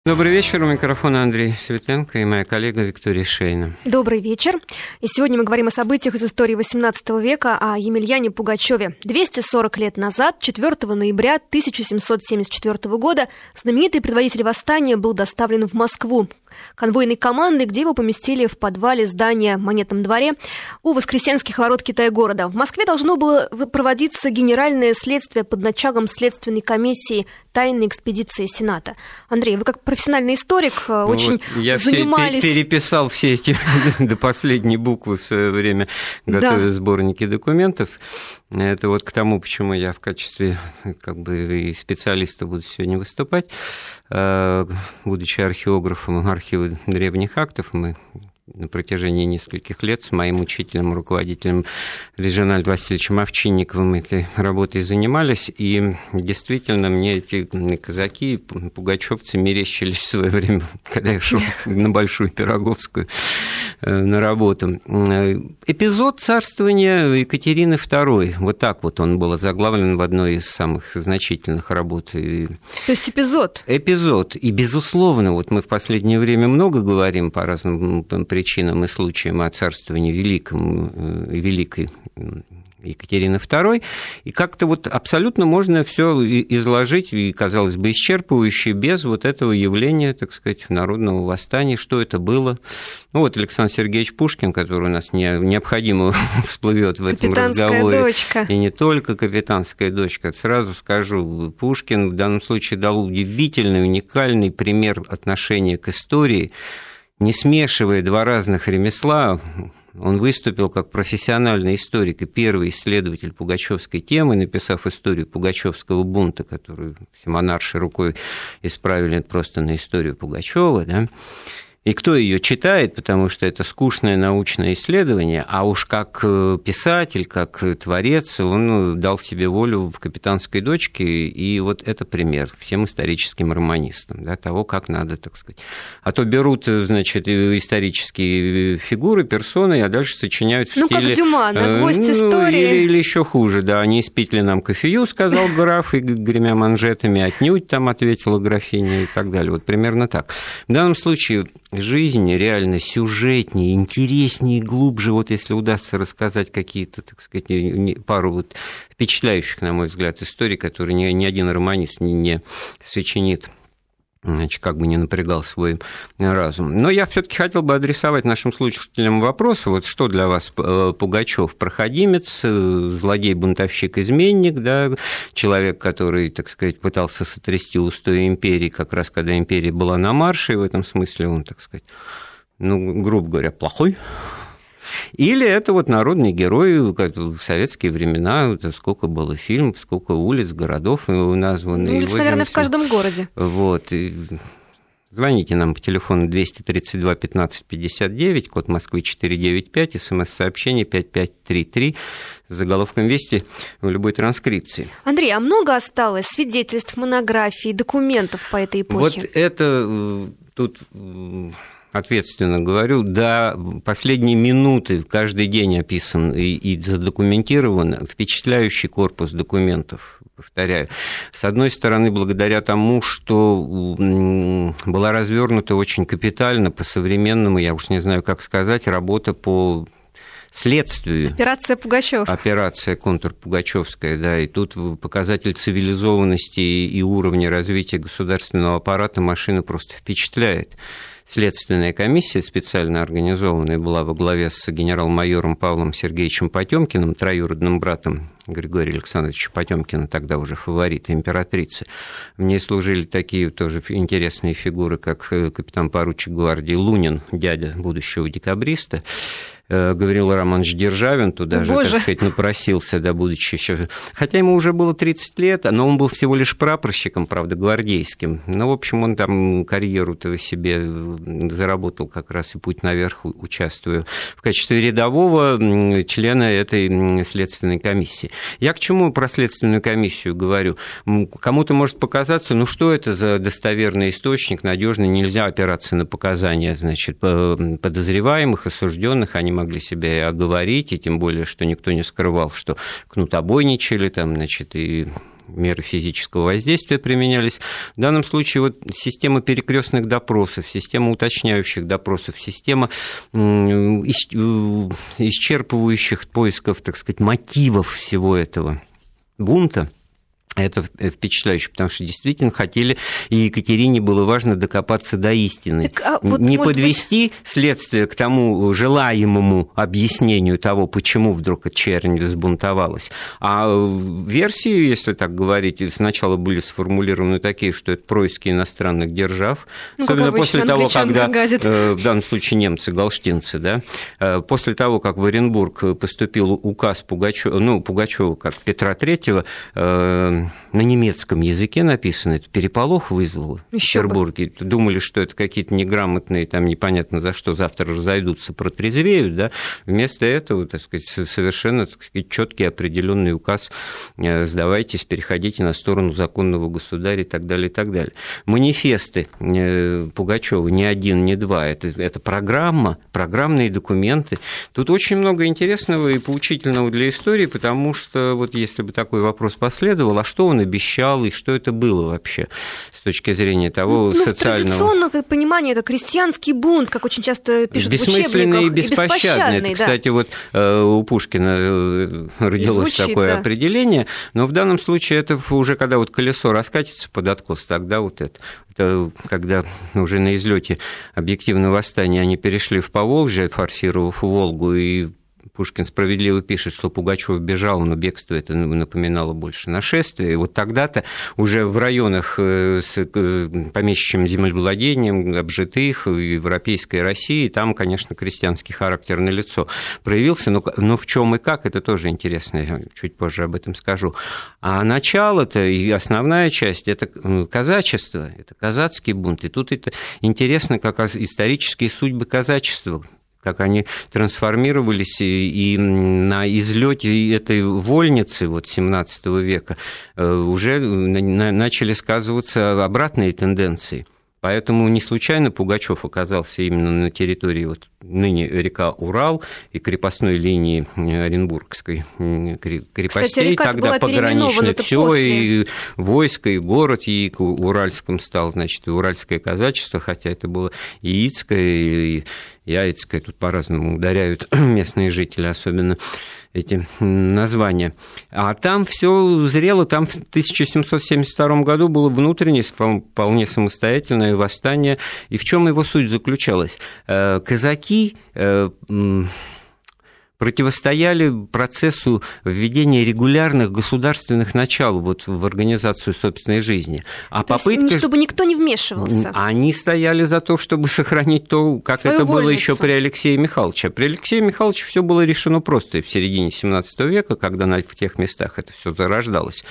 Добрый вечер, у микрофона Андрей Светенко и моя коллега Виктория Шейна. Добрый вечер. И сегодня мы говорим о событиях из истории XVIII века, о Емельяне Пугачеве. 240 лет назад, 4 ноября 1774 года, знаменитый предводитель восстания был доставлен в Москву конвойной командой, где его поместили в подвале здания в Монетном дворе у Воскресенских ворот Китай-города. В Москве должно было проводиться генеральное следствие под началом следственной комиссии тайной экспедиции Сената. Андрей, вы как профессиональный историк очень занимались... Я переписал все эти до последней буквы в свое время, готовя сборники документов. Это вот к тому, почему я в качестве и специалиста буду сегодня выступать. Будучи археографом архива древних актов, мы на протяжении нескольких лет с моим учителем, руководителем Режинальдом Васильевичем Овчинниковым этой работой занимались, и действительно мне эти казаки, пугачевцы мерещились в свое время, когда я шел на Большую Пироговскую на работу. Эпизод царствования Екатерины II, вот так вот он был заглавлен в одной из самых значительных работ. То есть эпизод? Эпизод. И, безусловно, вот мы в последнее время много говорим по разным причинам и случаям о царствовании великой Екатерины II, и как-то вот абсолютно можно все изложить, и, казалось бы, исчерпывающе, без вот этого явления, так сказать, народного восстания, что это было. Ну вот Александр Сергеевич Пушкин, который у нас необходимо всплывет в этом разговоре. Дочка. И не только капитанская дочка. Сразу скажу, Пушкин в данном случае дал удивительный, уникальный пример отношения к истории, не смешивая два разных ремесла. Он выступил как профессиональный историк и первый исследователь пугачевской темы, написав историю Пугачевского бунта, которую всемонаршей рукой исправили просто на историю Пугачева, да? И кто ее читает, потому что это скучное научное исследование, а уж как писатель, как творец, он дал себе волю в «Капитанской дочке», и вот это пример всем историческим романистам, да, того, как надо, так сказать. А то берут, значит, исторические фигуры, персоны, а дальше сочиняют в стиле... как Дюма, на гвоздь истории. Или еще хуже, да, не испить ли нам кофею, сказал граф, и гремя манжетами, отнюдь там ответила графиня и так далее. Вот примерно так. В данном случае... Жизнь реально сюжетнее, интереснее, глубже, вот если удастся рассказать какие-то, так сказать, пару вот впечатляющих, на мой взгляд, историй, которые ни один романист не сочинит, значит, как бы не напрягал свой разум. Но я все-таки хотел бы адресовать нашим слушателям вопрос, вот что для вас Пугачев: проходимец, злодей, бунтовщик, изменник, да, человек, который, так сказать, пытался сотрясти устои империи, как раз когда империя была на марше, и в этом смысле он, так сказать, грубо говоря, плохой? Или это вот народный герой, как в советские времена, сколько было фильмов, сколько улиц, городов названы. Улиц, наверное, в каждом городе. Вот. И звоните нам по телефону 232 15 59, код Москвы 495, смс-сообщение 5533 с заголовком «Вести» в любой транскрипции. Андрей, а много осталось свидетельств, монографий, документов по этой эпохе? Вот это тут... Ответственно говорю, до последней минуты каждый день описан и задокументирован впечатляющий корпус документов, повторяю. С одной стороны, благодаря тому, что была развернута очень капитально, по-современному, я уж не знаю, как сказать, работа по следствию. Операция Пугачев. Операция контрпугачевская, да, и тут показатель цивилизованности и уровня развития государственного аппарата машина просто впечатляет. Следственная комиссия, специально организованная, была во главе с генерал-майором Павлом Сергеевичем Потёмкиным, троюродным братом Григория Александровича Потёмкина, тогда уже фаворита императрицы. В ней служили такие тоже интересные фигуры, как капитан-поручик гвардии Лунин, дядя будущего декабриста, Гаврил Романович Державин туда же, так сказать, напросился, да, будучи еще... Хотя ему уже было 30 лет, но он был всего лишь прапорщиком, правда, гвардейским. Ну, в общем, он там карьеру-то себе заработал как раз и путь наверх, участвуя в качестве рядового члена этой следственной комиссии. Я к чему про следственную комиссию говорю? Кому-то может показаться, ну, что это за достоверный источник, надежный, нельзя опираться на показания, значит, подозреваемых, осужденных, они могли себя и оговорить, и тем более, что никто не скрывал, что кнутобойничали там, значит, и меры физического воздействия применялись. В данном случае вот система перекрестных допросов, система уточняющих допросов, система исчерпывающих поисков, так сказать, мотивов всего этого бунта. Это впечатляюще, потому что действительно хотели, и Екатерине было важно докопаться до истины. Так, вот, не подвести следствие к тому желаемому объяснению того, почему вдруг чернь взбунтовалась. А версии, если так говорить, сначала были сформулированы такие, что это происки иностранных держав, особенно обычно, после того, когда, в данном случае немцы, галштинцы, да, после того, как в Оренбург поступил указ Пугачёва, как Петра III, на немецком языке написано, это переполох вызвало в Петербурге. Думали, что это какие-то неграмотные, там непонятно за что, завтра разойдутся, протрезвеют, да. Вместо этого, так сказать, совершенно, так сказать, чёткий определенный указ: сдавайтесь, переходите на сторону законного государя и так далее, и так далее. Манифесты Пугачёва ни один, ни два, это программа, программные документы. Тут очень много интересного и поучительного для истории, потому что вот если бы такой вопрос последовал, а что он обещал и что это было вообще с точки зрения того социального... Традиционное понимание, это крестьянский бунт, как очень часто пишут в учебниках. Бессмысленный и беспощадный. Это, кстати, вот у Пушкина родилось такое определение, но в данном случае это уже когда вот колесо раскатится под откос, тогда вот это когда уже на излете объективного восстания они перешли в Поволжье, форсировав Волгу, и Пушкин справедливо пишет, что Пугачёв бежал, но бегство это напоминало больше нашествие. И вот тогда-то уже в районах с помещичьим землевладением, обжитых, европейской России, там, конечно, крестьянский характер налицо проявился, но в чем и как, это тоже интересно, я чуть позже об этом скажу. А начало-то и основная часть – это казачество, это казацкий бунт. И тут это интересно, как исторические судьбы казачества, как они трансформировались, и на излете этой вольницы вот, XVII века уже начали сказываться обратные тенденции. Поэтому не случайно Пугачёв оказался именно на территории вот, ныне река Урал и крепостной линии Оренбургской крепостей. Кстати, тогда пограничное все, после... и войско, и город и Уральском стал, значит, и Уральское казачество, хотя это было Яицкое, и Яицкое, тут по-разному ударяют местные жители, особенно эти названия. А там все зрело, там в 1772 году было внутреннее, вполне самостоятельное восстание. И в чем его суть заключалась? Казаки противостояли процессу введения регулярных государственных начал вот, в организацию собственной жизни. А попытка... чтобы никто не вмешивался. Они стояли за то, чтобы сохранить то, как свою это вольницу. Было еще при Алексее Михайловиче. При Алексее Михайловиче все было решено просто и в середине XVII века, когда в тех местах это все зарождалось.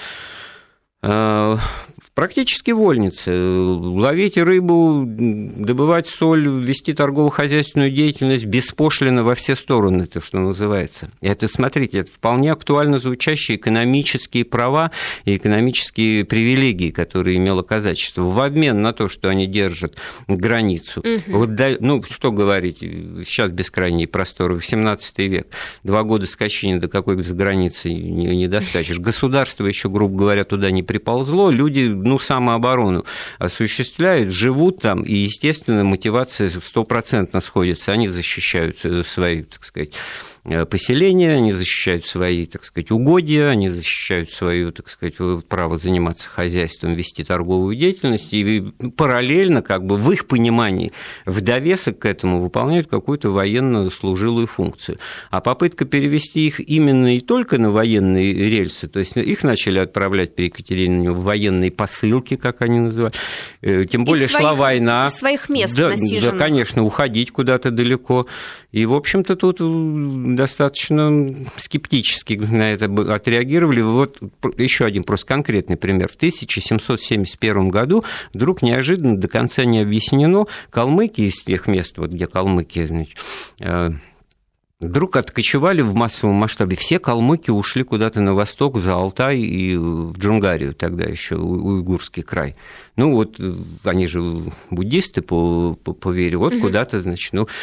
Практически вольницы. Ловить рыбу, добывать соль, вести торгово-хозяйственную деятельность беспошлино во все стороны, то, что называется. Это, смотрите, это вполне актуально звучащие экономические права и экономические привилегии, которые имело казачество, в обмен на то, что они держат границу. Вот, ну, что говорить, сейчас бескрайние просторы, XVIII век, 2 года скачения до какой-то границы не доскачешь. Государство еще, грубо говоря, туда не приползло, люди самооборону осуществляют, живут там, и, естественно, мотивация 100% сходится. Они защищают свои, так сказать, поселения, они защищают свои, так сказать, угодья, они защищают свое, так сказать, право заниматься хозяйством, вести торговую деятельность, и параллельно, как бы в их понимании, в довесок к этому выполняют какую-то военно-служилую функцию. А попытка перевести их именно и только на военные рельсы, то есть их начали отправлять при Екатерине в военные посылки, как они называют, тем более шла война. Из своих мест насиженных. Да, конечно, уходить куда-то далеко. И, в общем-то, тут достаточно скептически на это отреагировали. Вот еще один просто конкретный пример. В 1771 году вдруг неожиданно, до конца не объяснено, калмыки из тех мест, вот где калмыки, значит, вдруг откочевали в массовом масштабе. Все калмыки ушли куда-то на восток, за Алтай и в Джунгарию, тогда еще уйгурский край. Ну вот они же буддисты по вере, вот куда-то, значит,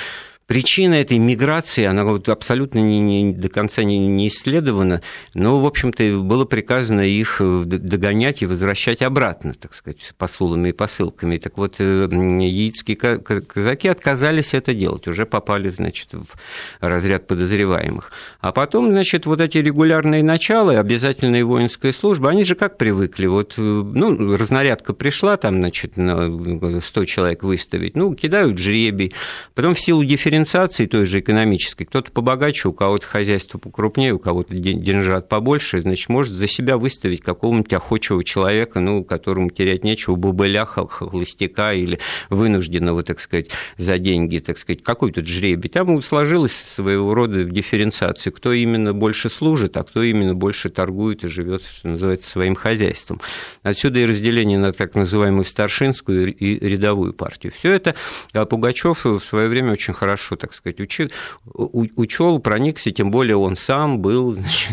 Причина этой миграции, она вот абсолютно до конца не исследована, но, в общем-то, было приказано их догонять и возвращать обратно, так сказать, посулами и посылками. Так вот, яицкие казаки отказались это делать, уже попали, значит, в разряд подозреваемых. А потом, значит, вот эти регулярные начала, обязательная воинская служба, они же как привыкли, вот, ну, разнарядка пришла, там, значит, на 100 человек выставить, ну, кидают жребий, потом в силу дифференциации той же экономической, кто-то побогаче, у кого-то хозяйство покрупнее, у кого-то деньжат побольше, значит, может за себя выставить какого-нибудь охочего человека, ну, которому терять нечего, бобыля, холостяка или вынужденного, так сказать, за деньги, так сказать, какой тут жребий. Там сложилась своего рода дифференциация, кто именно больше служит, а кто именно больше торгует и живет, что называется, своим хозяйством. Отсюда и разделение на так называемую старшинскую и рядовую партию. Все это Пугачев в свое время очень хорошо, так сказать, учел, проникся, тем более он сам был, значит,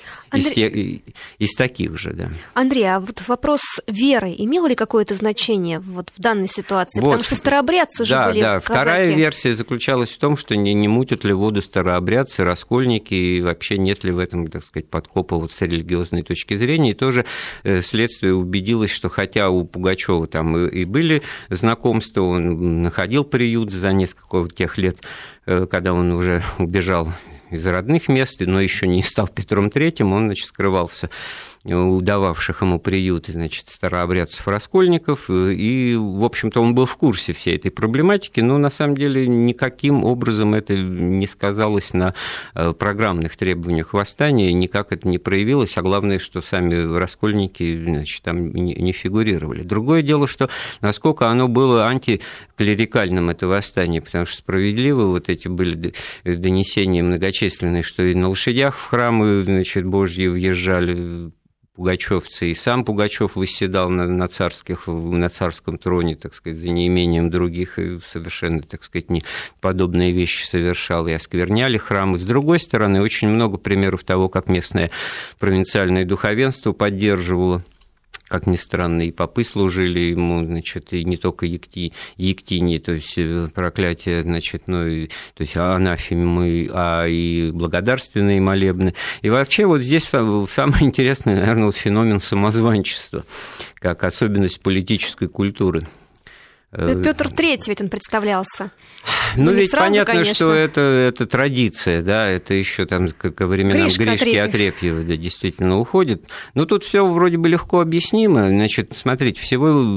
из таких же, да. Андрей, а вот вопрос веры имел ли какое-то значение вот в данной ситуации? Вот. Потому что старообрядцы же были казаки. Вторая версия заключалась в том, что не мутят ли воду старообрядцы, раскольники, и вообще нет ли в этом, так сказать, подкопа вот с религиозной точки зрения. И тоже следствие убедилось, что хотя у Пугачева там и были знакомства, он находил приют за несколько тех лет, когда он уже убежал из родных мест, но еще не стал Петром III, он, значит, скрывался у дававших ему приют, значит, старообрядцев-раскольников, и, в общем-то, он был в курсе всей этой проблематики, но, на самом деле, никаким образом это не сказалось на программных требованиях восстания, никак это не проявилось, а главное, что сами раскольники, значит, там не фигурировали. Другое дело, что насколько оно было антиклерикальным, это восстание, потому что справедливо вот эти были донесения многочисленные, что и на лошадях в храмы, значит, Божьи въезжали пугачевцы, и сам Пугачев восседал на царском троне, так сказать, за неимением других, и совершенно, так сказать, подобные вещи совершал, и оскверняли храмы. С другой стороны, очень много примеров того, как местное провинциальное духовенство поддерживало, как ни странно, и попы служили ему, значит, и не только Ектинии, то есть проклятие, значит, ну, и, то есть анафемы, а и благодарственные молебны. И вообще вот здесь самое интересное, наверное, вот феномен самозванчества, как особенность политической культуры. Петр III ведь он представлялся. Ну, ведь сразу, понятно, конечно. что это традиция, да, это еще там ко временам Гришки Отрепьева, да, действительно уходит. Но тут все вроде бы легко объяснимо. Значит, смотрите, всего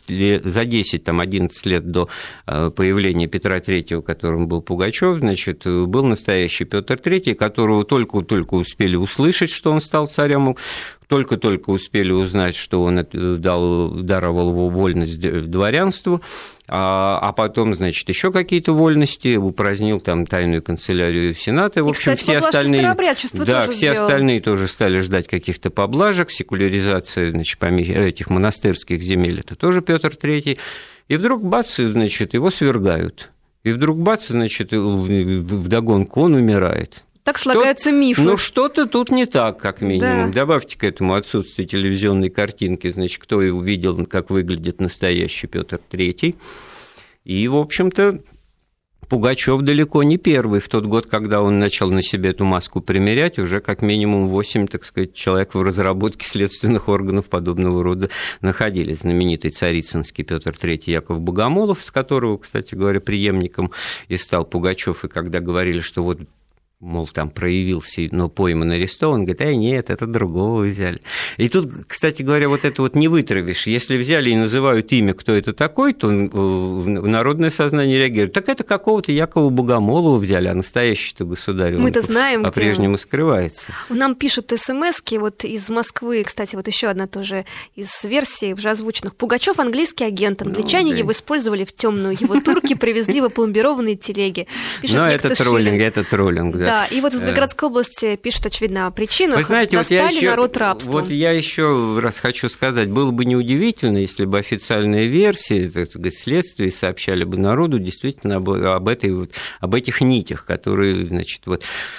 11 лет до появления Петра III, которым был Пугачев, значит, был настоящий Петр III, которого только успели услышать, что он стал царем, только-только успели узнать, что он даровал его вольность дворянству, а потом, значит, еще какие-то вольности, упразднил там тайную канцелярию Сената. В общем, кстати, все остальные тоже стали ждать каких-то поблажек, секуляризация, значит, этих монастырских земель, это тоже Петр III. И вдруг, бац, значит, его свергают. И вдруг, бац, значит, вдогонку он умирает. Так слагаются мифы. Ну, что-то тут не так, как минимум. Да. Добавьте к этому отсутствие телевизионной картинки, значит, кто увидел, как выглядит настоящий Петр III. И, в общем-то, Пугачев далеко не первый. В тот год, когда он начал на себе эту маску примерять, уже как минимум 8, так сказать, человек в разработке следственных органов подобного рода находились. Знаменитый царицынский Петр III Яков Богомолов, с которого, кстати говоря, преемником и стал Пугачев, и когда говорили, что вот, мол, там проявился, но пойман, арестован, говорит, нет, это другого взяли. И тут, кстати говоря, вот это вот не вытравишь. Если взяли и называют имя, кто это такой, то народное сознание реагирует. Так это какого-то Якова Богомолова взяли, а настоящий-то государь, мы-то знаем, по-прежнему скрывается. Нам пишут смски вот из Москвы, кстати, вот еще одна тоже из версий уже озвученных. Пугачев английский агент, англичане его использовали в темную, его турки привезли в опломбированные телеги. Пишет это троллинг, да. Да, и вот в Волгоградской области пишут, очевидно, о причинах. Вы знаете, достали народ рабством. Вот я еще раз хочу сказать, было бы неудивительно, если бы официальная версия, так сказать, следствия сообщали бы народу действительно об этих нитях, которые, значит, вот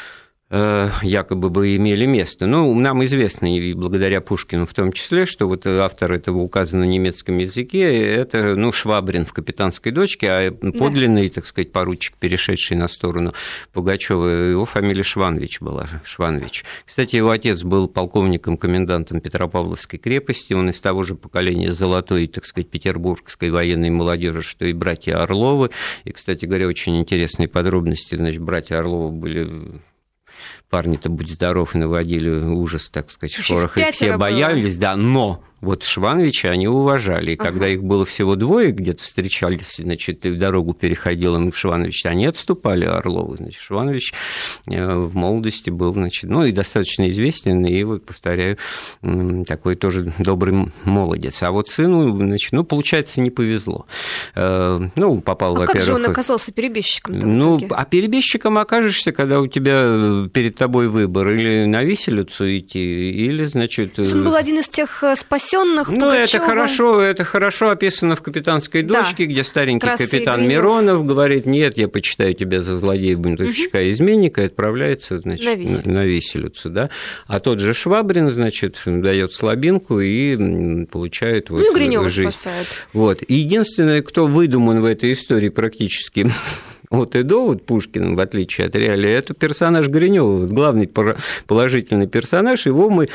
якобы бы имели место. Но нам известно, и благодаря Пушкину в том числе, что вот автор этого указа на немецком языке – это Швабрин в «Капитанской дочке», а подлинный, так сказать, поручик, перешедший на сторону Пугачёва, его фамилия Шванвич была. Шванвич. Кстати, его отец был полковником-комендантом Петропавловской крепости, он из того же поколения золотой, так сказать, петербургской военной молодежи, что и братья Орловы. И, кстати говоря, очень интересные подробности. Значит, братья Орловы были... Парни-то, будь здоров, наводили ужас, так сказать, шорох, и все боялись, да, но вот Шванвича они уважали, и когда их было всего двое, где-то встречались, значит, и дорогу переходил им Шванвич, они отступали, Орловы, значит, Шванвич в молодости был, значит, и достаточно известен, и вот, повторяю, такой тоже добрый молодец, а вот сыну, значит, получается, не повезло, попал, во-первых... как же он оказался перебежчиком? А перебежчиком окажешься, когда у тебя перед тобой выбор или на виселицу идти, или, значит... Он был один из тех спасенных Пугачёва. Это хорошо описано в «Капитанской дочке», где старенький капитан Миронов говорит: нет, я почитаю тебя за злодея, бунтовщика и изменника, и отправляется, значит, на виселицу. Да? А тот же Швабрин, значит, дает слабинку и получает вот Гринёва жизнь. Спасает. Вот. И единственное, кто выдуман в этой истории практически... от и до, вот Пушкин, в отличие от реалии, это персонаж Гринёва, главный положительный персонаж, его мы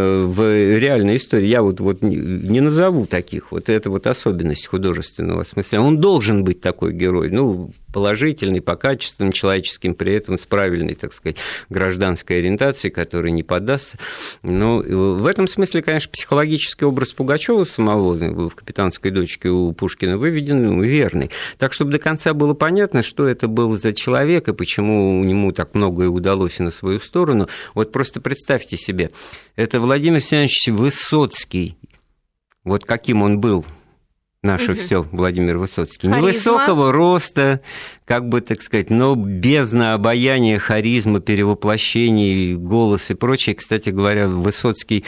в реальной истории, я вот не назову таких, вот это вот особенность художественного смысла, он должен быть такой герой, положительный, по качествам человеческим, при этом с правильной, так сказать, гражданской ориентацией, который не поддастся. Но в этом смысле, конечно, психологический образ Пугачёва самого в «Капитанской дочке» у Пушкина выведен верный. Так, чтобы до конца было понятно, что это был за человек и почему ему так многое удалось на свою сторону, вот просто представьте себе, это Владимир Семенович Высоцкий, вот каким он был. Наше все, Владимир Высоцкий. Харизма. Невысокого роста, как бы, так сказать, но бездна обаяния, харизма, перевоплощений, голос и прочее. Кстати говоря, Высоцкий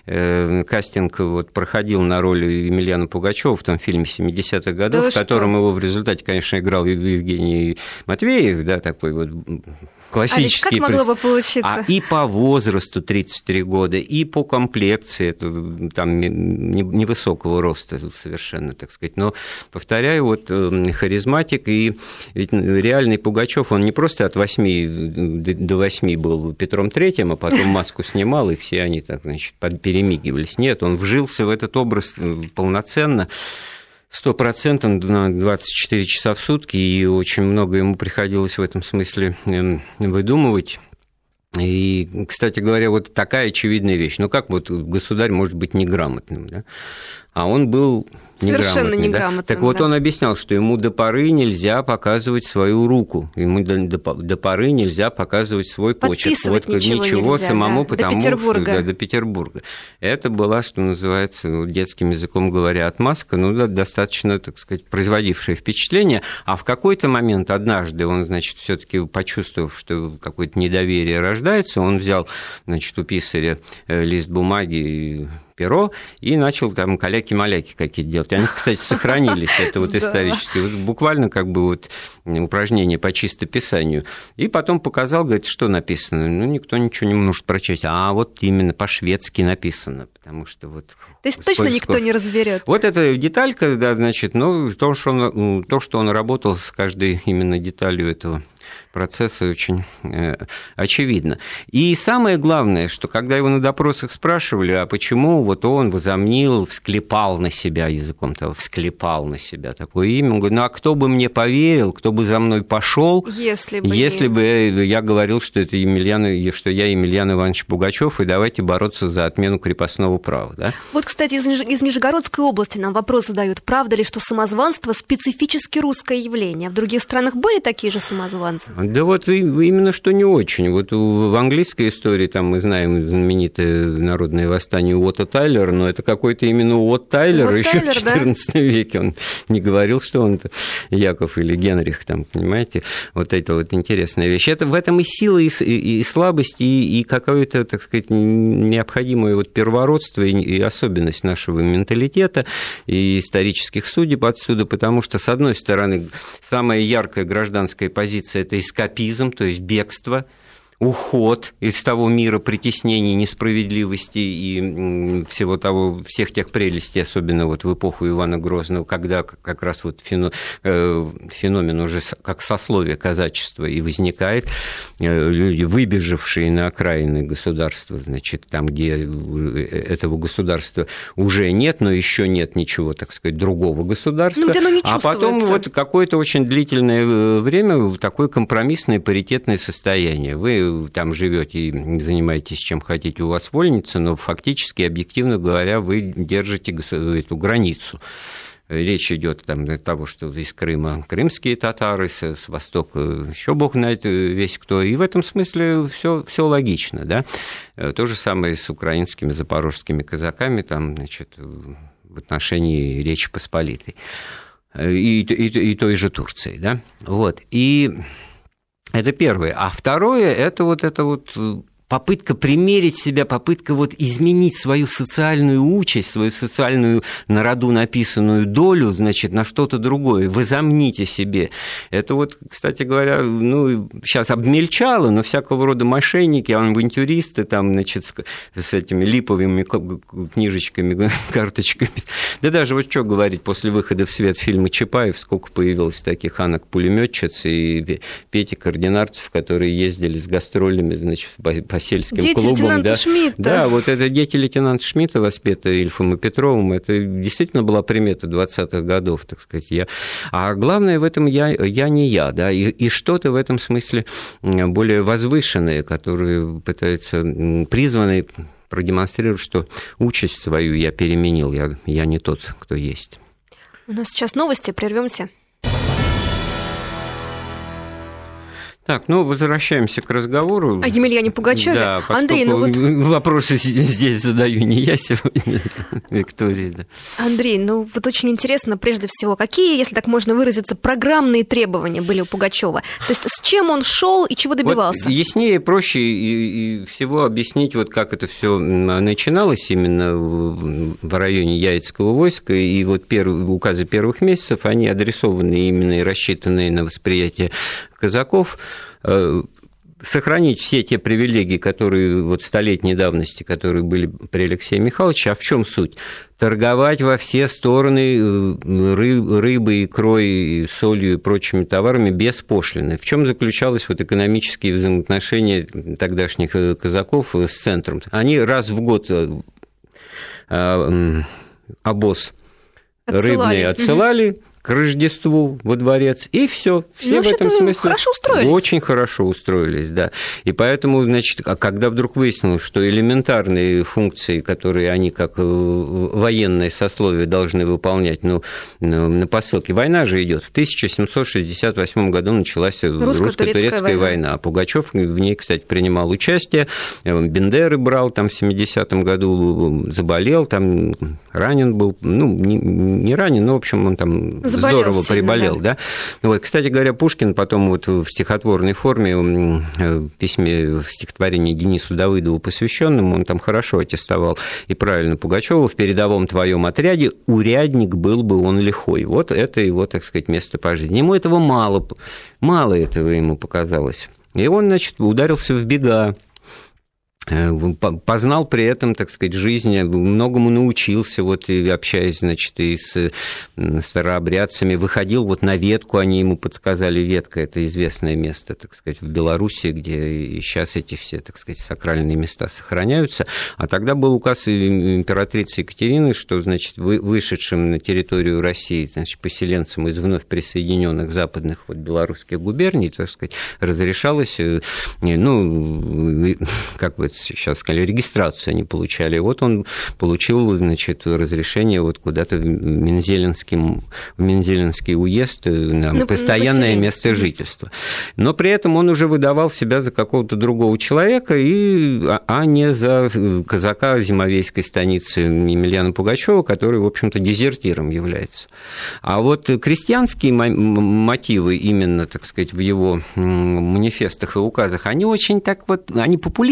кастинг проходил на роль Емельяна Пугачёва в том фильме 70-х годов, в котором его в результате, конечно, играл Евгений Матвеев, да, такой вот классический. Как могло бы получиться? И по возрасту 33 года, и по комплекции, там невысокого роста совершенно, так сказать. Но, повторяю, харизматик, и ведь реальный Пугачёв, он не просто от 8 до 8 был Петром Третьим, а потом маску снимал, и все они так, значит, перемигивались. Нет, он вжился в этот образ полноценно, 100% на 24 часа в сутки, и очень много ему приходилось в этом смысле выдумывать. И, кстати говоря, вот такая очевидная вещь. Как государь может быть неграмотным, да? А он был совершенно неграмотным. Да? Так вот, он объяснял, что ему до поры нельзя показывать свою руку, ему до поры нельзя показывать свой почерк. Ничего нельзя, самому, да. потому что до Петербурга. Это была, что называется, детским языком говоря, отмазка, достаточно, так сказать, производившая впечатление. А в какой-то момент, однажды, он, значит, все-таки почувствовав, что какое-то недоверие рождается, он взял, значит, у писаря лист бумаги и перо, и начал там каляки-маляки какие-то делать. Они, кстати, сохранились, это вот исторически. Буквально как бы упражнение по чистописанию. И потом показал, говорит, что написано. Никто ничего не может прочесть. А вот именно по-шведски написано, потому что вот... То есть точно никто не разберет. Вот эта деталька, да, значит, то, что он работал с каждой именно деталью этого процесса, очень очевидно. И самое главное, что когда его на допросах спрашивали, а почему он возомнил, всклепал на себя всклепал на себя такое имя, он говорит, а кто бы мне поверил, кто бы за мной пошел, если бы я говорил, что это я Емельян Иванович Пугачёв, и давайте бороться за отмену крепостного права. Да? Вот, кстати, из Нижегородской области нам вопрос задают, правда ли, что самозванство специфически русское явление? В других странах были такие же самозванцы? Да именно что не очень. В английской истории там мы знаем знаменитое народное восстание Уотта Тайлера, но это какой-то именно Уотт Тайлер еще в XIV веке. Он не говорил, что он Яков или Генрих, там, понимаете? Это интересная вещь. В этом и сила, и слабость, и какое-то, так сказать, необходимое первородство и особенность нашего менталитета и исторических судеб отсюда, потому что, с одной стороны, самая яркая гражданская позиция – это эскапизм, то есть бегство уход из того мира притеснений, несправедливости и всех тех прелестей, особенно вот в эпоху Ивана Грозного, когда как раз вот феномен уже как сословие казачества и возникает, люди, выбежавшие на окраины государства, значит, там, где этого государства уже нет, но еще нет ничего, так сказать, другого государства, а потом вот какое-то очень длительное время такое компромиссное паритетное состояние. Вы там живете и занимаетесь чем хотите, у вас вольница, но фактически, объективно говоря, вы держите эту границу. Речь идет там от того, что из Крыма крымские татары, с востока еще бог знает весь кто. И в этом смысле все логично. Да? То же самое с украинскими, запорожскими казаками там, значит, в отношении Речи Посполитой. И той же Турции. Да? Вот. И это первое. А второе, это вот попытка примерить себя, попытка вот изменить свою социальную участь, свою социальную на роду написанную долю, значит, на что-то другое. Возомните себе. Это вот, кстати говоря, сейчас обмельчало, но всякого рода мошенники, авантюристы, там, значит, с этими липовыми книжечками, карточками. Да даже вот что говорить, после выхода в свет фильма Чапаев, сколько появилось таких Анок-пулемётчиц и Петик ординарцев, которые ездили с гастролями, значит, по сельским дети клубам. Лейтенанта Шмидта. Да, вот это дети лейтенанта Шмидта, воспетые Ильфом и Петровым, это действительно была примета 20-х годов, так сказать. А главное в этом я не я, да, и что-то в этом смысле более возвышенное, которое пытается, призванное продемонстрировать, что участь свою я переменил, я не тот, кто есть. У нас сейчас новости, прервемся. Так, возвращаемся к разговору. О Емельяне Пугачёве. Да, Андрей, вопросы здесь задаю не я сегодня, Виктория. Да. Андрей, вот очень интересно, прежде всего, какие, если так можно выразиться, программные требования были у Пугачёва? То есть с чем он шел и чего добивался? Вот яснее, проще и всего объяснить, вот как это все начиналось именно в районе Яицкого войска, и вот указы первых месяцев, они адресованы именно и рассчитаны на восприятие казаков, сохранить все те привилегии, которые вот столетней давности, которые были при Алексее Михайловиче. А в чем суть? Торговать во все стороны рыбой, икрой, солью и прочими товарами без пошлины. В чем заключалось вот экономические взаимоотношения тогдашних казаков с центром? Они раз в год обоз рыбный отсылали к Рождеству во дворец, и все в этом смысле хорошо устроились. Очень хорошо устроились, да. И поэтому, значит, когда вдруг выяснилось, что элементарные функции, которые они как военное сословие должны выполнять, на посылке, война же идет. В 1768 году началась русско-турецкая война. А Пугачёв в ней, кстати, принимал участие. Бендеры брал там в 70-м году, заболел, там ранен был, не ранен, но, в общем, он там здорово приболел, да. Вот, кстати говоря, Пушкин потом вот в стихотворной форме, в письме, в стихотворении Денису Давыдову посвященному, он там хорошо аттестовал и правильно Пугачёва: в передовом твоем отряде урядник был бы он лихой. Вот это его, так сказать, место по жизни. Ему этого мало этого ему показалось. И он, значит, ударился в бега. Познал при этом, так сказать, жизнь, многому научился, вот, и общаясь, значит, и с старообрядцами, выходил вот на Ветку, они ему подсказали. Ветка – это известное место, так сказать, в Беларуси, где и сейчас эти все, так сказать, сакральные места сохраняются. А тогда был указ императрицы Екатерины, что, значит, вышедшим на территорию России, значит, поселенцам из вновь присоединенных западных вот белорусских губерний, так сказать, разрешалось, как бы сейчас сказали, регистрацию они получали. Вот он получил, значит, разрешение вот куда-то в Мензелинский уезд на постоянное место жительства. Но при этом он уже выдавал себя за какого-то другого человека, а не за казака зимовейской станицы Емельяна Пугачёва, который, в общем-то, дезертиром является. А вот крестьянские мотивы именно, так сказать, в его манифестах и указах, они очень так вот, они популистские,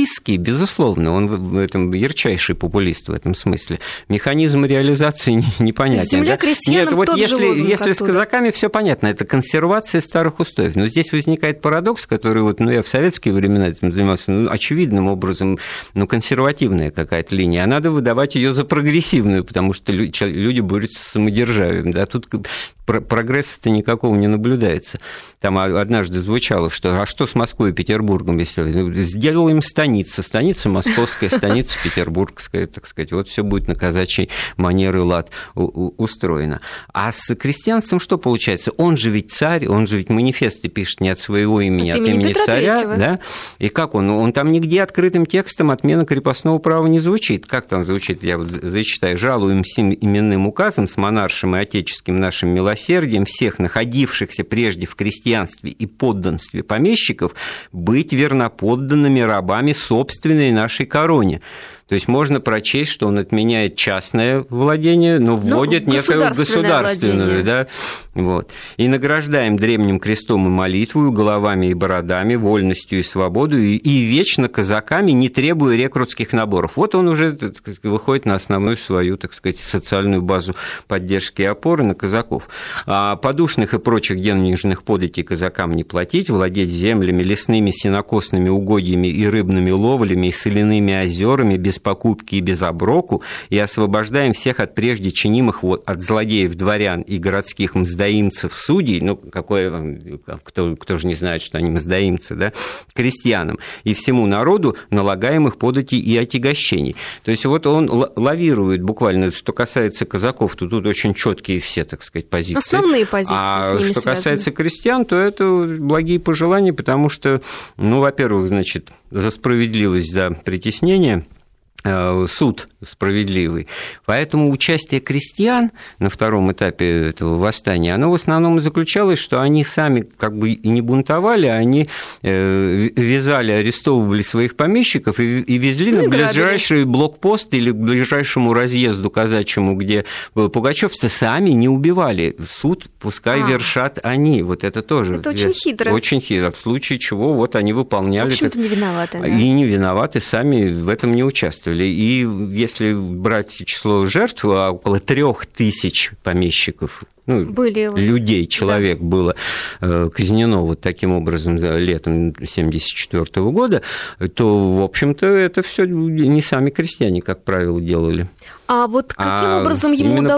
безусловно, он в этом ярчайший популист в этом смысле. Механизм реализации непонятен. Земля крестьянам, нет, вот если с казаками все понятно, это консервация старых устоев. Но здесь возникает парадокс, который я в советские времена этим занимался, очевидным образом, консервативная какая-то линия, а надо выдавать ее за прогрессивную, потому что люди борются с самодержавием. Да? Тут прогресса-то никакого не наблюдается. Там однажды звучало, что что с Москвой и Петербургом, если сделаем станица московская, станица петербургская, так сказать, вот все будет на казачьей манер и лад устроено. А с крестьянством что получается? Он же ведь царь, он же ведь манифесты пишет не от своего имени, от имени царя. Да? И как он там нигде открытым текстом отмена крепостного права не звучит. Как там звучит? Я зачитаю. «Жалуем всем именным указом с монаршим и отеческим нашим милосердием всех находившихся прежде в крестьянстве и подданстве помещиков быть верноподданными рабами собственной нашей короне». То есть можно прочесть, что он отменяет частное владение, но вводит некое государственное. Да? Вот. «И награждаем древним крестом и молитвою, головами и бородами, вольностью и свободою, и вечно казаками, не требуя рекрутских наборов». Вот он уже, так сказать, выходит на основную свою, так сказать, социальную базу поддержки и опоры на казаков. А подушных и прочих денежных податей казакам не платить, владеть землями, лесными сенокосными угодьями и рыбными ловлями, и соляными озерами без покупки и без оброку, и освобождаем всех от прежде чинимых от злодеев дворян и городских мздоимцев судей, кто же не знает, что они мздоимцы, да, крестьянам, и всему народу налагаемых податей и отягощений. То есть вот он лавирует буквально, что касается казаков, то тут очень четкие все, так сказать, позиции. Основные позиции с ними что связаны. Касается крестьян, то это благие пожелания, потому что, во-первых, значит, за справедливость, да, притеснения, суд справедливый. Поэтому участие крестьян на втором этапе этого восстания, оно в основном и заключалось, что они сами как бы и не бунтовали, они вязали, арестовывали своих помещиков и везли на ближайший блокпост или к ближайшему разъезду казачьему, где пугачевцы сами не убивали. Суд пускай вершат они. Вот это тоже. Это очень хитро. Очень хитро. В случае чего вот они выполняли. В общем-то, не виноваты. Да? И не виноваты, сами в этом не участвовали. И если брать число жертв, около 3000 помещиков, людей, человек было казнено вот таким образом летом 1974 года, то, в общем-то, это все не сами крестьяне, как правило, делали. А вот каким образом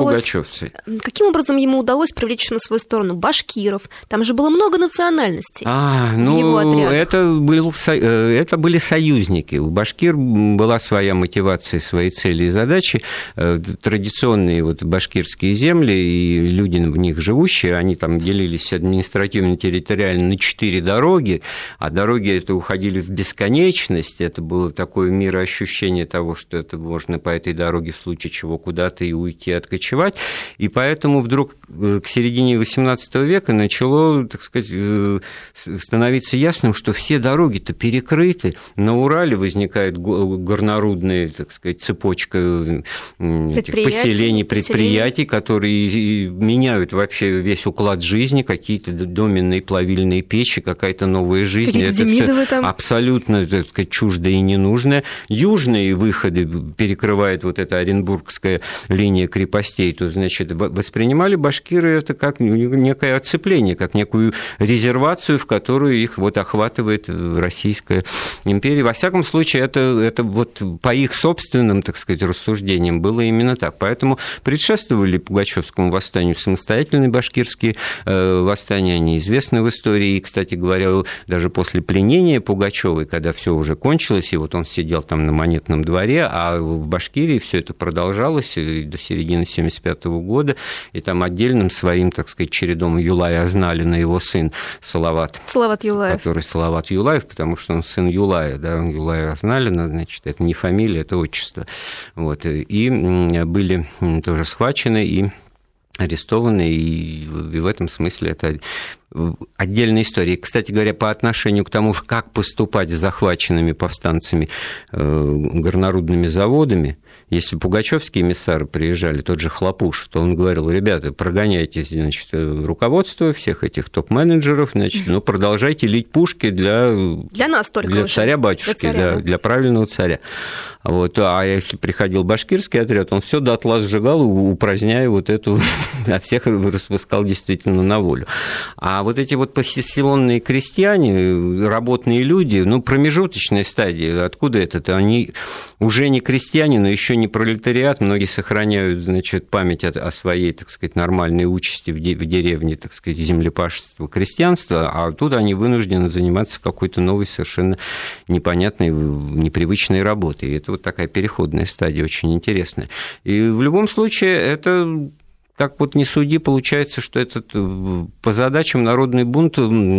ему удалось привлечь на свою сторону башкиров? Там же было много национальностей в его отрядах. Это были союзники. У башкир была своя мотивация, свои цели и задачи. Традиционные башкирские земли и люди в них живущие, они там делились административно-территориально на 4 дороги, а дороги это уходили в бесконечность. Это было такое мироощущение того, что это можно по этой дороге в случае чего куда-то и уйти, откочевать. И поэтому вдруг к середине XVIII века начало, так сказать, становиться ясным, что все дороги-то перекрыты. На Урале возникает горнорудная, так сказать, цепочка этих поселений, предприятий, которые меняют вообще весь уклад жизни, какие-то доменные плавильные печи, какая-то новая жизнь. Это все абсолютно, так сказать, чуждое и ненужное. Южные выходы перекрывает вот эта Оренбургская линия крепостей, то, значит, воспринимали башкиры это как некое отцепление, как некую резервацию, в которую их охватывает Российская империя. Во всяком случае, это вот по их собственным, так сказать, рассуждениям было именно так. Поэтому предшествовали Пугачевскому восстанию самостоятельные башкирские восстания, они известны в истории. И, кстати говоря, даже после пленения Пугачёвой, когда все уже кончилось, и вот он сидел там на Монетном дворе, а в Башкирии все это продолжалось до середины 1975 года, и там отдельным своим, так сказать, чередом Юлай Азналина, его сын Салават Юлаев. Который Салават Юлаев, потому что он сын Юлая, да, Юлая Азналина, значит, это не фамилия, это отчество. Вот. И были тоже схвачены и арестованы, и в этом смысле это отдельная история. Кстати говоря, по отношению к тому, как поступать с захваченными повстанцами горнорудными заводами, если пугачевские эмиссары приезжали, тот же Хлопуш, то он говорил: ребята, прогоняйте, значит, руководство всех этих топ-менеджеров, значит, ну, продолжайте лить пушки для нас только для царя-батюшки, для правильного царя. Вот. А если приходил башкирский отряд, он все дотла сжигал, упраздняя вот эту, а всех распускал действительно на волю. А вот эти вот поселенные крестьяне, работные люди, ну, промежуточная стадия, откуда это-то? Они уже не крестьяне, но еще не пролетариат, многие сохраняют, значит, память о своей, так сказать, нормальной участи в деревне, так сказать, землепашества, крестьянства, а тут они вынуждены заниматься какой-то новой, совершенно непонятной, непривычной работой. И это вот такая переходная стадия, очень интересная. И в любом случае это... Как вот не суди, получается, что этот по задачам народный бунт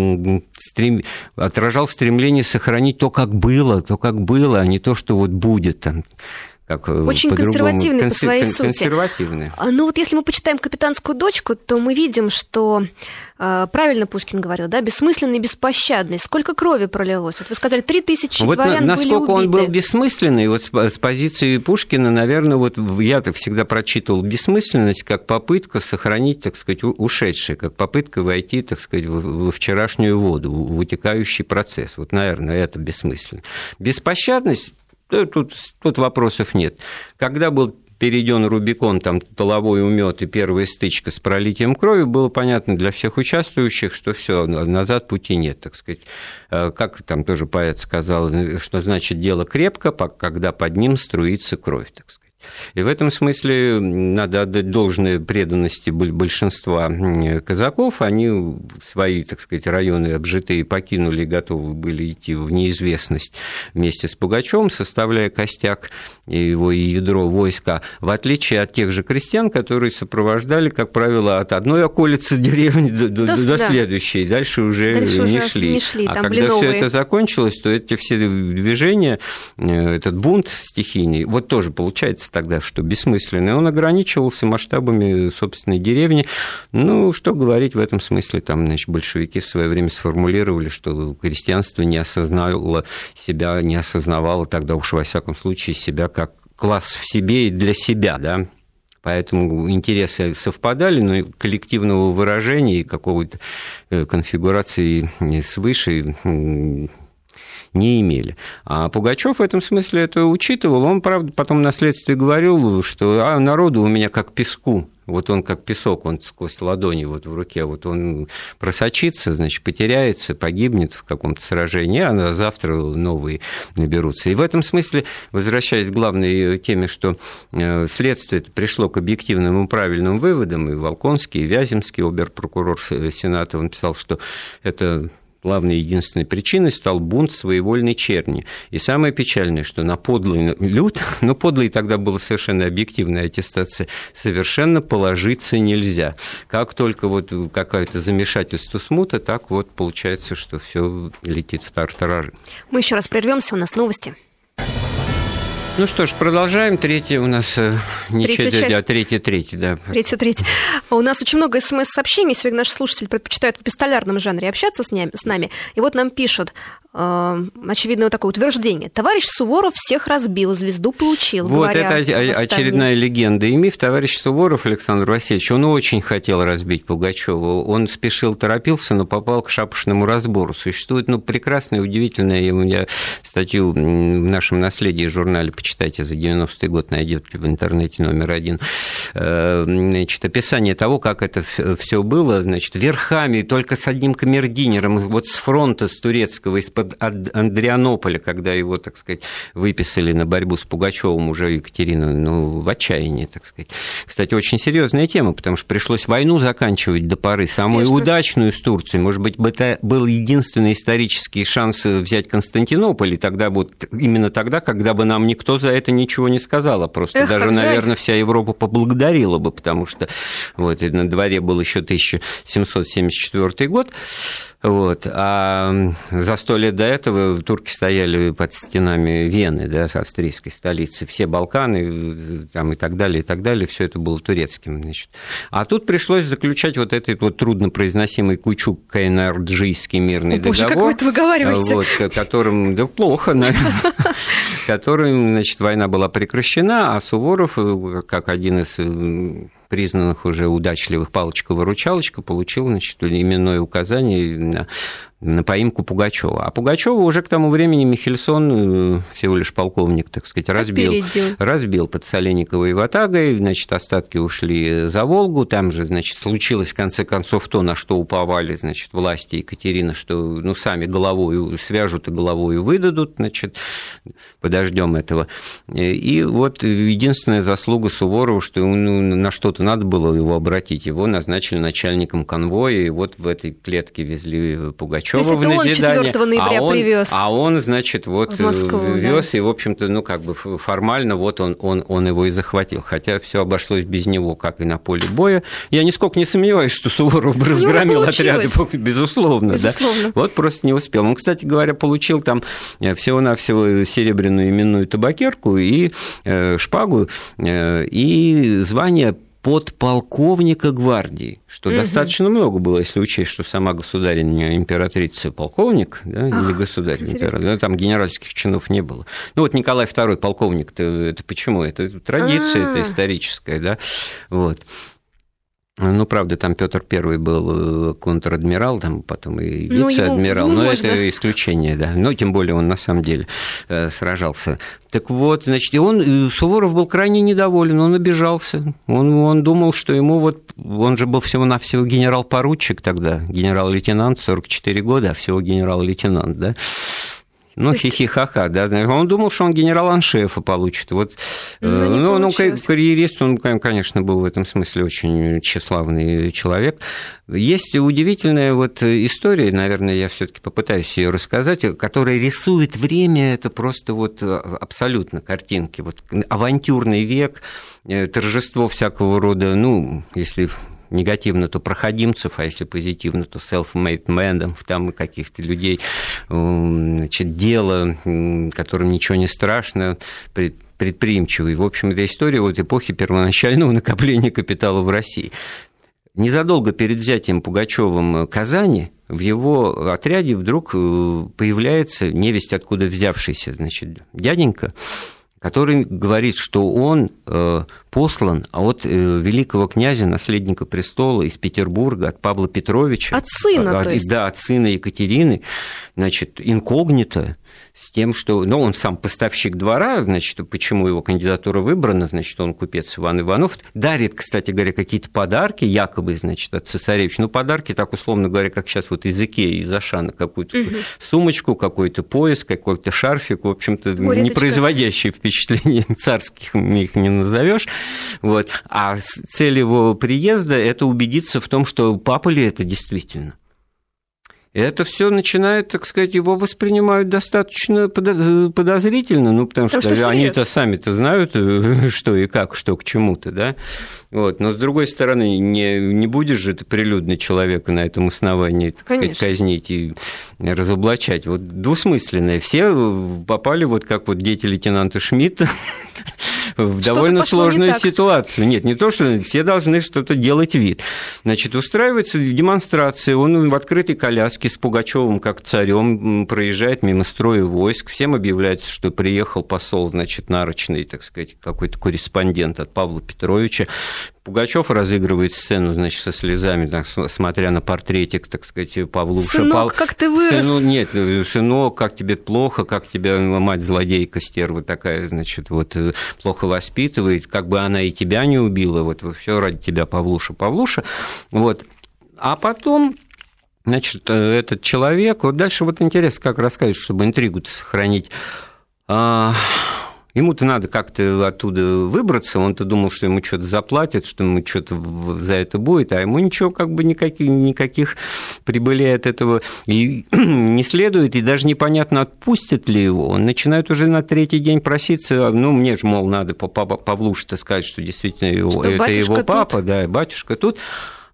отражал стремление сохранить то, как было, а не то, что вот будет там. Как очень консервативный по своей сути. Консервативный. Ну вот если мы почитаем «Капитанскую дочку», то мы видим, что, правильно Пушкин говорил, да, бессмысленный, беспощадный. Сколько крови пролилось? Вот вы сказали, 3000 вот дворян были убиты. Насколько он был бессмысленный, вот с позиции Пушкина, наверное, вот я так всегда прочитывал бессмысленность как попытка сохранить, так сказать, ушедшее, как попытка войти, так сказать, во вчерашнюю воду, в вытекающий процесс. Вот, наверное, это бессмысленно. Беспощадность, тут вопросов нет. Когда был перейден Рубикон, там, тыловой умет и первая стычка с пролитием крови, было понятно для всех участвующих, что все, назад пути нет, так сказать. Как там тоже поэт сказал, что значит дело крепко, когда под ним струится кровь, так сказать. И в этом смысле надо отдать должное преданности большинства казаков. Они свои, так сказать, районы обжитые покинули и готовы были идти в неизвестность вместе с Пугачёвым, составляя костяк его и ядро войска, в отличие от тех же крестьян, которые сопровождали, как правило, от одной околицы деревни до следующей, дальше уже не шли. А когда все это закончилось, то эти все движения, этот бунт стихийный, вот тоже получается тогда, что бессмысленный, он ограничивался масштабами собственной деревни. Ну, что говорить в этом смысле, там, значит, большевики в свое время сформулировали, что крестьянство не осознавало тогда уж во всяком случае себя как класс в себе и для себя, да. Поэтому интересы совпадали, но коллективного выражения и какого-то конфигурации свыше не имели. А Пугачёв в этом смысле это учитывал. Он, правда, потом на следствии говорил, что народу у меня как песку. Вот он как песок, он сквозь ладони вот в руке, вот он просочится, значит, потеряется, погибнет в каком-то сражении, а завтра новые наберутся. И в этом смысле, возвращаясь к главной теме, что следствие пришло к объективным и правильным выводам, и Волконский, и Вяземский, обер-прокурор Сената, он писал, что это... Главной единственной причиной стал бунт своевольной черни. И самое печальное, что на подлый люд, но подлый тогда была совершенно объективная аттестация, совершенно положиться нельзя. Как только вот какое-то замешательство, смута, так вот получается, что все летит в тартарары. Мы еще раз прервемся, у нас новости. Ну что ж, продолжаем. Третья у нас не четверть, а третья, да. Третья. У нас очень много СМС-сообщений. Сегодня наши слушатели предпочитают в эпистолярном жанре общаться с нами. И вот нам пишут, очевидно, вот такое утверждение. Товарищ Суворов всех разбил, звезду получил. Вот это очередная легенда и миф. Товарищ Суворов Александр Васильевич, он очень хотел разбить Пугачёва. Он спешил, торопился, но попал к шапошному разбору. Существует прекрасная, удивительная, у меня статью в нашем наследии журнале, почитайте, за 90-й год найдете в интернете №1. Значит, описание того, как это все было, значит, верхами, только с одним камердинером, вот с фронта, с турецкого, из-под Андрианополя, когда его, так сказать, выписали на борьбу с Пугачёвым, уже Екатерина, в отчаянии, так сказать. Кстати, очень серьезная тема, потому что пришлось войну заканчивать до поры, самую удачную с Турцией. Может быть, был единственный исторический шанс взять Константинополь, и тогда вот именно тогда, когда бы нам никто за это ничего не сказал, а просто даже, наверное, вся Европа поблагодарила бы, потому что вот, на дворе был еще 1774 год. Вот. А за 100 лет до этого турки стояли под стенами Вены, да, австрийской столицы. Все Балканы там, и так далее, все это было турецким. Значит. А тут пришлось заключать вот этот вот труднопроизносимый Кучук-Кайнарджийский мирный договор. Как вы это выговариваете? Вот, которым, да плохо, наверное, которым, значит, война была прекращена, а Суворов, как один из признанных уже удачливых палочка-выручалочка, получил, значит, именное указание на поимку Пугачева. А Пугачева уже к тому времени Михельсон, всего лишь полковник, так сказать, разбил под Соленниковой ватагой, значит, остатки ушли за Волгу, там же, значит, случилось в конце концов то, на что уповали, значит, власти Екатерины, что, ну, сами головою свяжут и головою выдадут, значит, подождем этого. И вот единственная заслуга Суворова, что на что-то надо было его обратить, его назначили начальником конвоя, и вот в этой клетке везли Пугачева в назидание, 4 ноября привез. А он, значит, вот вез, да. И, в общем-то, ну, как бы формально вот он его и захватил, хотя все обошлось без него, как и на поле боя. Я нисколько не сомневаюсь, что Суворов бы разгромил отряды, безусловно, да. Вот просто не успел. Он, кстати говоря, получил там всего-навсего серебряную именную табакерку и шпагу, и звание подполковника гвардии, что достаточно много было, если учесть, что сама государыня императрица полковник, да, или государь-император, да, там генеральских чинов не было. Ну вот Николай II полковник, это почему? Это традиция, это историческая, да, вот. Ну, правда, там Петр I был контр-адмирал, там потом и вице-адмирал, но это исключение, да. Но тем более он на самом деле сражался. Так вот, значит, и Суворов был крайне недоволен, он обижался. Он думал, что ему вот, он же был всего-навсего генерал-поручик тогда, генерал-лейтенант, 44 года, а всего генерал-лейтенант, да. Ну, хихи-ха-ха, да. Он думал, что он генерал-аншефа получит. Вот, карьерист, он, конечно, был в этом смысле очень тщеславный человек. Есть удивительная вот история, наверное, я все-таки попытаюсь ее рассказать, которая рисует время, это просто вот абсолютно картинки. Вот авантюрный век, торжество всякого рода, ну, если негативно, то проходимцев, а если позитивно, то self-made men, там каких-то людей, значит, дело, которым ничего не страшно, предприимчивый. В общем, это история вот эпохи первоначального накопления капитала в России. Незадолго перед взятием Пугачёвым Казани в его отряде вдруг появляется невесть откуда взявшийся, значит, дяденька, который говорит, что он послан от великого князя, наследника престола из Петербурга, от Павла Петровича. От сына, то есть? Да, от сына Екатерины, значит, инкогнито, с тем, что... Ну, он сам поставщик двора, значит, почему его кандидатура выбрана, значит, он купец Иван Иванов, дарит, кстати говоря, какие-то подарки, якобы, значит, от цесаревича. Ну, подарки, так условно говоря, как сейчас вот из Икеи, из Ашана, какую-то сумочку, какой-то пояс, какой-то шарфик, в общем-то, не производящий впечатление царских, их не назовешь. Вот. А цель его приезда – это убедиться в том, что папа ли это действительно. И это все начинает, так сказать, его воспринимают достаточно подозрительно, ну, потому что они-то сами-то знают, что и как, что к чему-то, да. Вот. Но, с другой стороны, не будешь же ты прилюдно человека на этом основании, так сказать, казнить и разоблачать. Вот двусмысленное. Все попали, вот как вот дети лейтенанта Шмидта, в довольно сложную ситуацию. Нет, не то, что все должны что-то делать вид. Значит, устраивается демонстрация, он в открытой коляске с Пугачёвым как царем проезжает мимо строя войск, всем объявляется, что приехал посол, значит, нарочный, так сказать, какой-то корреспондент от Павла Петровича. Пугачёв разыгрывает сцену, значит, со слезами, так, смотря на портретик, так сказать, Павлуша. Сынок, как ты вырос. Нет, сынок, как тебе плохо, как тебя мать-злодейка, стерва такая, значит, вот плохо воспитывает, как бы она и тебя не убила, вот все ради тебя, Павлуша. Вот. А потом, значит, этот человек, вот дальше вот интересно, как рассказать, чтобы интригу-то сохранить. Ему-то надо как-то оттуда выбраться, он-то думал, что ему что-то заплатят, что ему что-то за это будет, а ему ничего, как бы никаких прибылей от этого и не следует, и даже непонятно, отпустят ли его. Он начинает уже на третий день проситься, ну, мне же, мол, надо Павлуше-то сказать, что действительно это его папа, да, батюшка тут.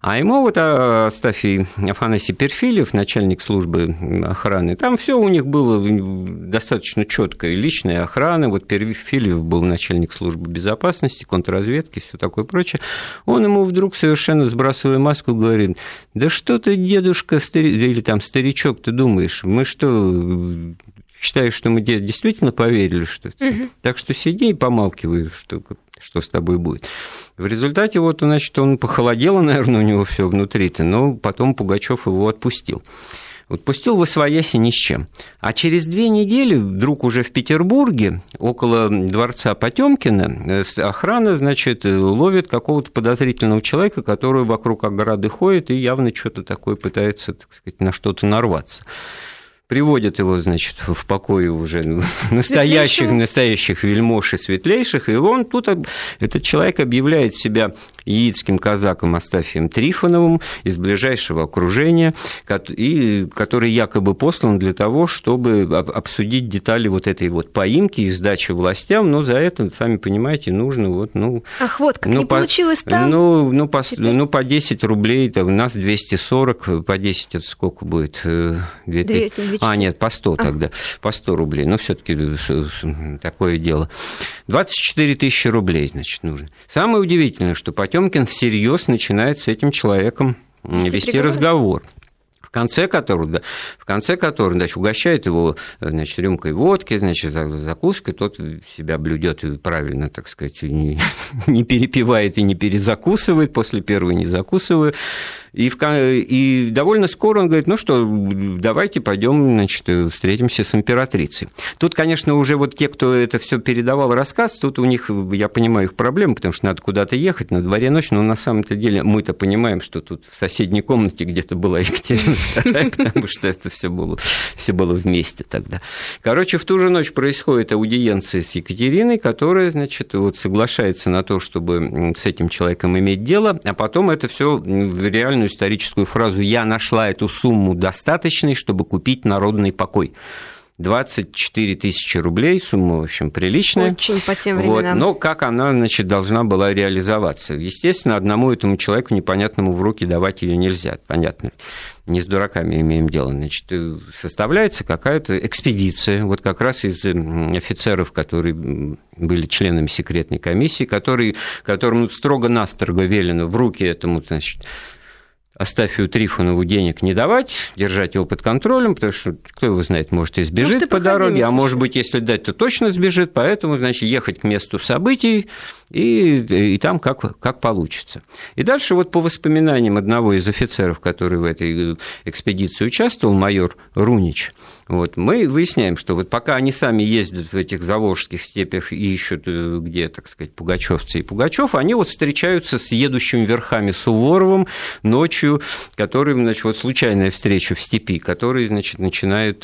А ему вот Астафий Афанасий Перфильев, начальник службы охраны, там все у них было достаточно четко, и личная охрана, вот Перфильев был начальник службы безопасности, контрразведки, все такое прочее. Он ему вдруг, совершенно сбрасывая маску, говорит: да что ты, дедушка, или там старичок, ты думаешь, мы что, считаешь, что мы действительно поверили, что это? Так что сиди и помалкивай, что с тобой будет. В результате вот, значит, он похолодело, наверное, у него все внутри-то, но потом Пугачев его отпустил. Отпустил восвояси ни с чем. А через 2 недели вдруг уже в Петербурге, около дворца Потёмкина, охрана, значит, ловит какого-то подозрительного человека, который вокруг ограды ходит и явно что-то такое пытается, так сказать, на что-то нарваться. Приводят его, значит, в покое уже настоящих вельмож и светлейших, и он тут, этот человек объявляет себя яицким казаком Астафием Трифоновым из ближайшего окружения, который якобы послан для того, чтобы обсудить детали вот этой вот поимки и сдачи властям, но за это, сами понимаете, нужно вот, Ах, вот как не получилось там? По 10 рублей, у нас 240, по 10 это сколько будет? 2000. Нет, по 100 тогда, по 100 рублей, но все-таки такое дело. 24 тысячи рублей, значит, нужно. Самое удивительное, что Потёмкин всерьез начинает с этим человеком вести разговор. В конце которого, значит, угощает его, значит, рюмкой водки, значит, закуской, тот себя блюдет и правильно, так сказать, не перепивает и не перезакусывает, после первой не закусываю. И довольно скоро он говорит: ну что, давайте пойдем, значит, встретимся с императрицей. Тут, конечно, уже вот те, кто это все передавал рассказ, тут у них, я понимаю, их проблемы, потому что надо куда-то ехать, на дворе ночь, но на самом-то деле мы-то понимаем, что тут в соседней комнате где-то была Екатерина II, потому что это все было вместе тогда. Короче, в ту же ночь происходит аудиенция с Екатериной, которая, значит, вот соглашается на то, чтобы с этим человеком иметь дело, а потом это все в реальную историческую фразу: «Я нашла эту сумму достаточной, чтобы купить народный покой». 24 тысячи рублей, сумма, в общем, приличная. Очень по тем временам. Но как она, значит, должна была реализоваться? Естественно, одному этому человеку непонятному в руки давать ее нельзя, понятно. Не с дураками имеем дело. Значит, составляется какая-то экспедиция, вот как раз из офицеров, которые были членами секретной комиссии, которым строго-настрого велено в руки этому, значит, Астафию Трифонову денег не давать, держать его под контролем, потому что, кто его знает, может, и сбежит по дороге, а может быть, если дать, то точно сбежит, поэтому, значит, ехать к месту событий и там как получится. И дальше вот по воспоминаниям одного из офицеров, который в этой экспедиции участвовал, майор Рунич, вот, мы выясняем, что вот пока они сами ездят в этих заволжских степях и ищут, где, так сказать, пугачевцы и Пугачев, они вот встречаются с едущим верхами Суворовым ночью, который, значит, вот случайная встреча в степи, который, значит, начинают...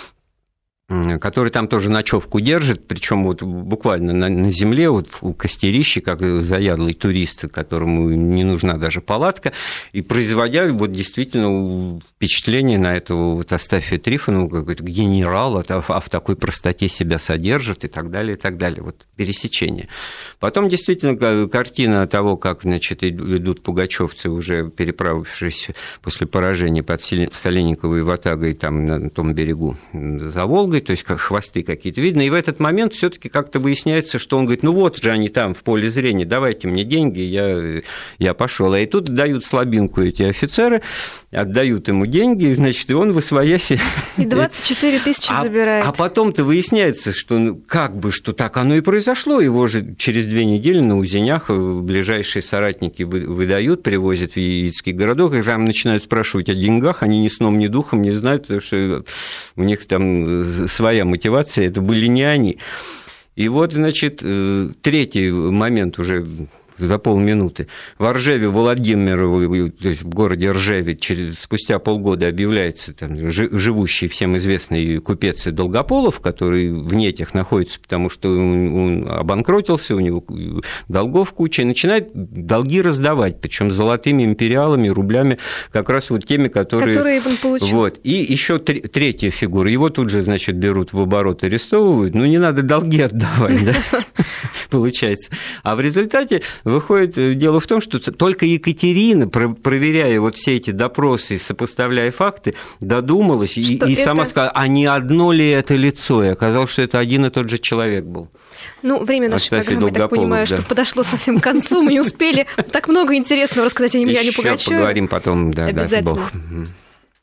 который там тоже ночевку держит, причем вот буквально на земле, вот в костерище, как заядлый турист, которому не нужна даже палатка, и производя вот действительно впечатление на этого вот Астафия Трифонова, какой-то генерал, а в такой простоте себя содержит и так далее, и так далее. Вот пересечение. Потом действительно картина того, как, значит, идут пугачевцы, уже переправившись после поражения под Соленниковой ватагой там на том берегу за Волгой, то есть как хвосты какие-то видны, и в этот момент все-таки как-то выясняется, что он говорит: ну вот же они там в поле зрения, давайте мне деньги, я пошел. И тут дают слабинку эти офицеры, отдают ему деньги, и, значит, и он восвоясь. И 24 тысячи забирает. А потом-то выясняется, что как бы, что так оно и произошло, его же через 2 недели на узенях ближайшие соратники выдают, привозят в Яицкий городок, и там начинают спрашивать о деньгах, они ни сном, ни духом не знают, потому что у них там своя мотивация, это были не они. И вот, значит, третий момент уже за полминуты. В Ржеве Владимирову, то есть в городе Ржеве, спустя полгода объявляется там живущий всем известный купец Долгополов, который в Нетях находится, потому что он обанкротился, у него долгов куча, и начинает долги раздавать, причем золотыми империалами, рублями, как раз вот теми, которые он получил. Вот. И еще третья фигура. Его тут же, значит, берут в оборот, арестовывают. Ну, не надо долги отдавать, да? получается. А в результате выходит дело в том, что только Екатерина, проверяя вот все эти допросы, сопоставляя факты, додумалась и сама сказала, а не одно ли это лицо? И оказалось, что это один и тот же человек был. Ну, время нашей программы, я так понимаю, что подошло совсем к концу. Мы не успели так много интересного рассказать о Емельяне Пугачёве. Еще поговорим потом, да, обязательно. даст Бог.